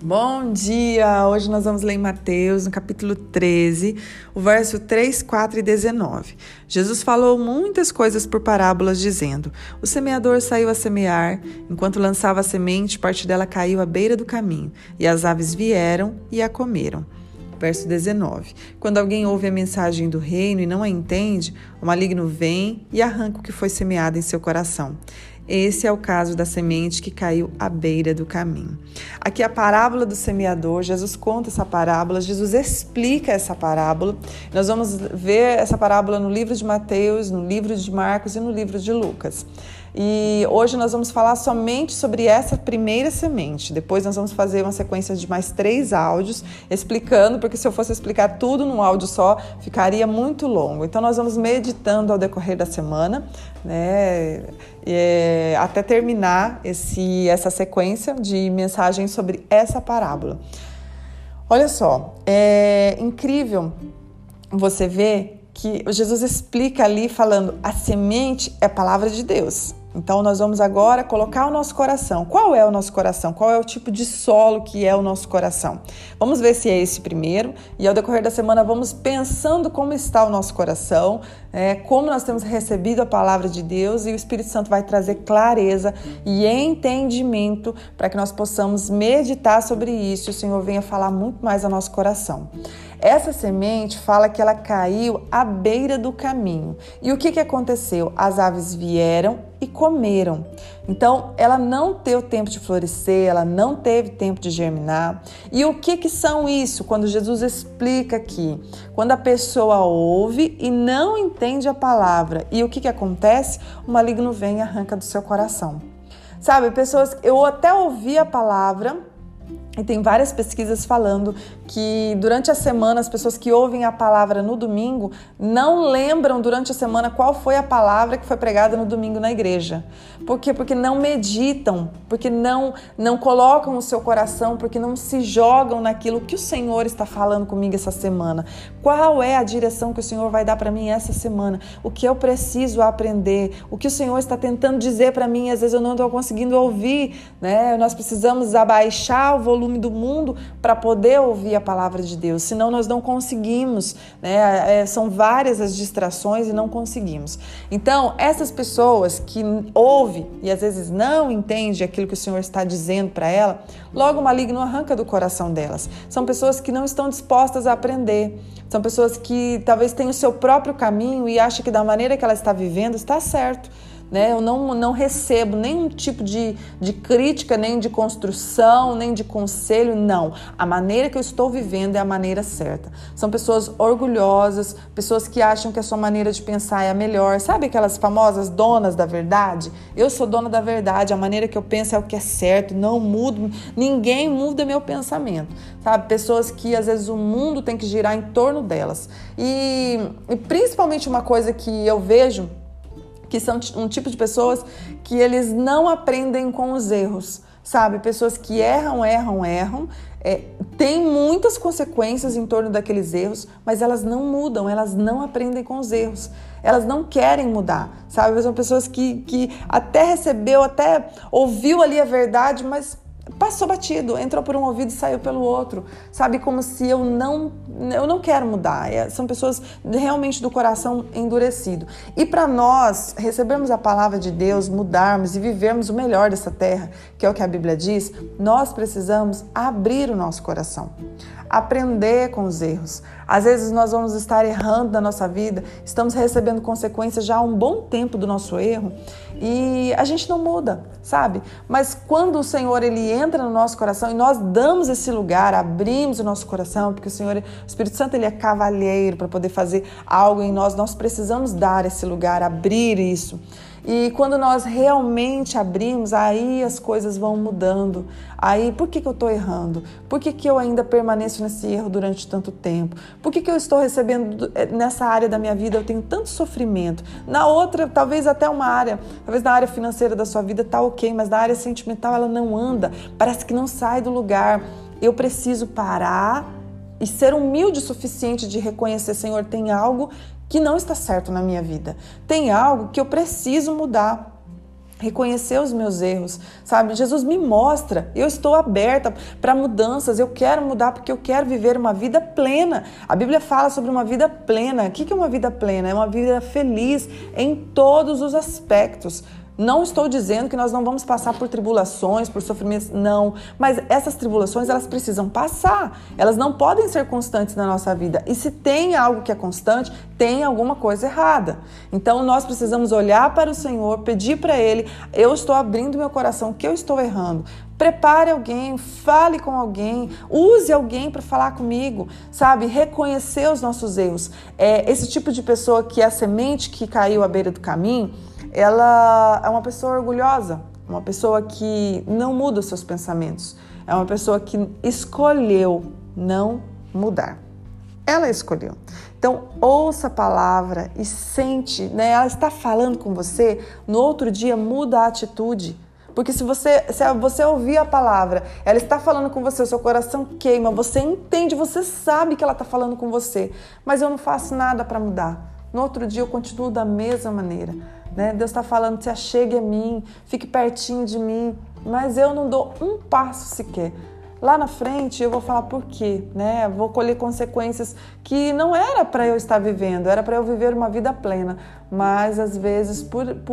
Bom dia! Hoje nós vamos ler em Mateus, no capítulo 13, o verso 3, 4 e 19. Jesus falou muitas coisas por parábolas, dizendo: o semeador saiu a semear, enquanto lançava a semente, parte dela caiu à beira do caminho, e as aves vieram e a comeram. Verso 19. Quando alguém ouve a mensagem do reino e não a entende, o maligno vem e arranca o que foi semeado em seu coração. Esse é o caso da semente que caiu à beira do caminho. Aqui a parábola do semeador, Jesus conta essa parábola, Jesus explica essa parábola. Nós vamos ver essa parábola no livro de Mateus, no livro de Marcos e no livro de Lucas. E hoje nós vamos falar somente sobre essa primeira semente. Depois nós vamos fazer uma sequência de mais 3 áudios explicando, porque se eu fosse explicar tudo num áudio só, ficaria muito longo. Então nós vamos meditando ao decorrer da semana, né, até terminar essa sequência de mensagens sobre essa parábola. Olha só, é incrível você ver que Jesus explica ali falando: a semente é a palavra de Deus. Então nós vamos agora colocar o nosso coração. Qual é o nosso coração? Qual é o tipo de solo que é o nosso coração? Vamos ver se é esse primeiro, e ao decorrer da semana vamos pensando como está o nosso coração, como nós temos recebido a palavra de Deus, e o Espírito Santo vai trazer clareza e entendimento para que nós possamos meditar sobre isso e o Senhor venha falar muito mais ao nosso coração. Essa semente fala que ela caiu à beira do caminho. E o que aconteceu? As aves vieram e comeram. Então, ela não teve tempo de florescer, ela não teve tempo de germinar. E o que são isso? Quando Jesus explica aqui, quando a pessoa ouve e não entende a palavra. E o que acontece? O maligno vem e arranca do seu coração. Sabe, pessoas, eu até ouvi a palavra. E tem várias pesquisas falando que durante a semana as pessoas que ouvem a palavra no domingo não lembram durante a semana qual foi a palavra que foi pregada no domingo na igreja. Por quê? Porque não meditam, porque não colocam o seu coração, porque não se jogam naquilo que o Senhor está falando comigo essa semana. Qual é a direção que o Senhor vai dar para mim essa semana? O que eu preciso aprender? O que o Senhor está tentando dizer para mim? Às vezes eu não estou conseguindo ouvir, né? Nós precisamos abaixar o volume do mundo para poder ouvir a palavra de Deus, senão nós não conseguimos, né? São várias as distrações e não conseguimos. Então, essas pessoas que ouvem e às vezes não entendem aquilo que o Senhor está dizendo para ela, logo o maligno arranca do coração delas. São pessoas que não estão dispostas a aprender, são pessoas que talvez tenham o seu próprio caminho e acham que da maneira que ela está vivendo está certo. Eu não recebo nenhum tipo de crítica, nem de construção, nem de conselho, não. A maneira que eu estou vivendo é a maneira certa. São pessoas orgulhosas, pessoas que acham que a sua maneira de pensar é a melhor. Sabe aquelas famosas donas da verdade? Eu sou dona da verdade, a maneira que eu penso é o que é certo, não mudo, ninguém muda meu pensamento. Sabe? Pessoas que às vezes o mundo tem que girar em torno delas. E principalmente uma coisa que eu vejo, que são um tipo de pessoas que eles não aprendem com os erros, sabe? Pessoas que erram, tem muitas consequências em torno daqueles erros, mas elas não mudam, elas não aprendem com os erros, elas não querem mudar, sabe? São pessoas que até recebeu, até ouviu ali a verdade, mas passou batido, entrou por um ouvido e saiu pelo outro, sabe? Como se eu não quero mudar. São pessoas realmente do coração endurecido. E para nós recebermos a palavra de Deus, mudarmos e vivermos o melhor dessa terra, que é o que a Bíblia diz, nós precisamos abrir o nosso coração, aprender com os erros. Às vezes nós vamos estar errando na nossa vida, estamos recebendo consequências já há um bom tempo do nosso erro e a gente não muda, sabe? Mas quando o Senhor ele entra no nosso coração e nós damos esse lugar, abrimos o nosso coração, porque o Espírito Santo ele é cavalheiro para poder fazer algo em nós, nós precisamos dar esse lugar, abrir isso. E quando nós realmente abrimos, aí as coisas vão mudando. Aí, por que eu estou errando? Por que eu ainda permaneço nesse erro durante tanto tempo? Por que eu estou recebendo nessa área da minha vida, eu tenho tanto sofrimento? Na outra, talvez até uma área, talvez na área financeira da sua vida tá ok, mas na área sentimental ela não anda, parece que não sai do lugar. Eu preciso parar e ser humilde o suficiente de reconhecer, Senhor, tem algo que não está certo na minha vida. Tem algo que eu preciso mudar. reconhecer os meus erros, sabe? Jesus me mostra, eu estou aberta para mudanças, eu quero mudar porque eu quero viver uma vida plena. A Bíblia fala sobre uma vida plena. O que é uma vida plena? É uma vida feliz em todos os aspectos. Não estou dizendo que nós não vamos passar por tribulações, por sofrimentos, não. Mas essas tribulações, elas precisam passar. Elas não podem ser constantes na nossa vida. E se tem algo que é constante, tem alguma coisa errada. Então, nós precisamos olhar para o Senhor, pedir para Ele, eu estou abrindo meu coração, o que eu estou errando? Prepare alguém, fale com alguém, use alguém para falar comigo, sabe? Reconhecer os nossos erros. Esse tipo de pessoa que é a semente que caiu à beira do caminho, ela é uma pessoa orgulhosa, uma pessoa que não muda os seus pensamentos, é uma pessoa que escolheu não mudar. Ela escolheu. Então, ouça a palavra e sente, né? Ela está falando com você, no outro dia muda a atitude. Porque se você ouvir a palavra, ela está falando com você, o seu coração queima, você entende, você sabe que ela está falando com você, mas eu não faço nada para mudar. No outro dia eu continuo da mesma maneira. Né? Deus está falando, se achegue a mim, fique pertinho de mim, mas eu não dou um passo sequer. Lá na frente eu vou falar por quê, né? Vou colher consequências que não era para eu estar vivendo, era para eu viver uma vida plena, mas às vezes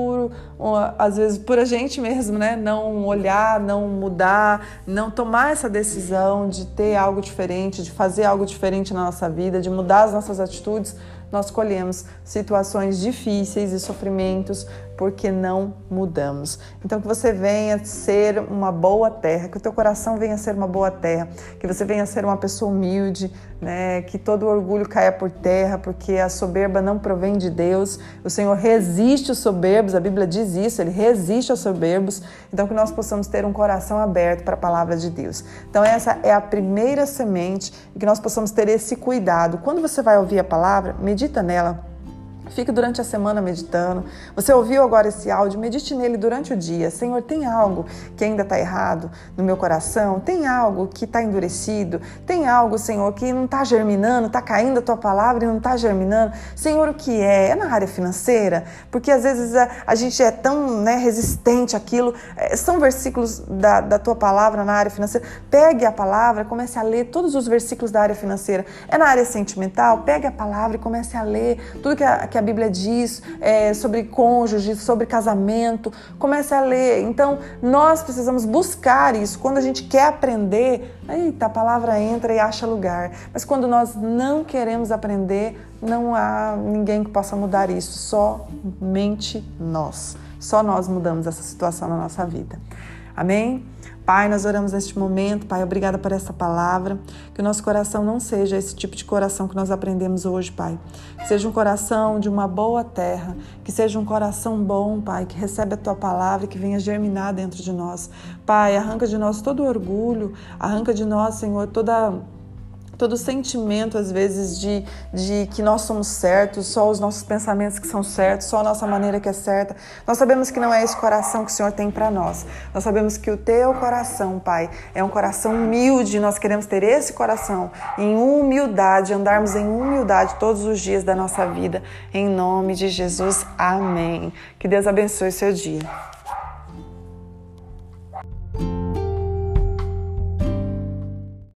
por a gente mesmo, né? Não olhar, não mudar, não tomar essa decisão de ter algo diferente, de fazer algo diferente na nossa vida, de mudar as nossas atitudes, nós colhemos situações difíceis e sofrimentos porque não mudamos. Então que você venha ser uma boa terra, que o teu coração venha ser uma boa terra, que você venha ser uma pessoa humilde, né? Que todo orgulho caia por terra, porque a soberba não provém de Deus. O Senhor resiste aos soberbos, a Bíblia diz isso, Ele resiste aos soberbos. Então que nós possamos ter um coração aberto para a palavra de Deus. Então essa é a primeira semente e que nós possamos ter esse cuidado. Quando você vai ouvir a palavra, medita nela. Fique durante a semana meditando. Você ouviu agora esse áudio? Medite nele durante o dia. Senhor, tem algo que ainda está errado no meu coração? Tem algo que está endurecido? Tem algo, Senhor, que não está germinando? Está caindo a tua palavra e não está germinando? Senhor, o que é? É na área financeira? Porque às vezes a gente é tão, né, resistente àquilo. São versículos da tua palavra na área financeira. Pegue a palavra, comece a ler todos os versículos da área financeira. É na área sentimental? Pegue a palavra e comece a ler tudo que a Bíblia diz sobre cônjuge, sobre casamento. Comece a ler. Então, nós precisamos buscar isso. Quando a gente quer aprender, eita, a palavra entra e acha lugar. Mas quando nós não queremos aprender, não há ninguém que possa mudar isso. Somente nós. Só nós mudamos essa situação na nossa vida. Amém? Pai, nós oramos neste momento, Pai, obrigada por essa palavra, que o nosso coração não seja esse tipo de coração que nós aprendemos hoje, Pai, que seja um coração de uma boa terra, que seja um coração bom, Pai, que recebe a Tua palavra e que venha germinar dentro de nós. Pai, arranca de nós todo o orgulho, arranca de nós, Senhor, todo sentimento, às vezes, de que nós somos certos, só os nossos pensamentos que são certos, só a nossa maneira que é certa. Nós sabemos que não é esse coração que o Senhor tem para nós. Nós sabemos que o Teu coração, Pai, é um coração humilde. Nós queremos ter esse coração em humildade, andarmos em humildade todos os dias da nossa vida. Em nome de Jesus, amém. Que Deus abençoe o seu dia.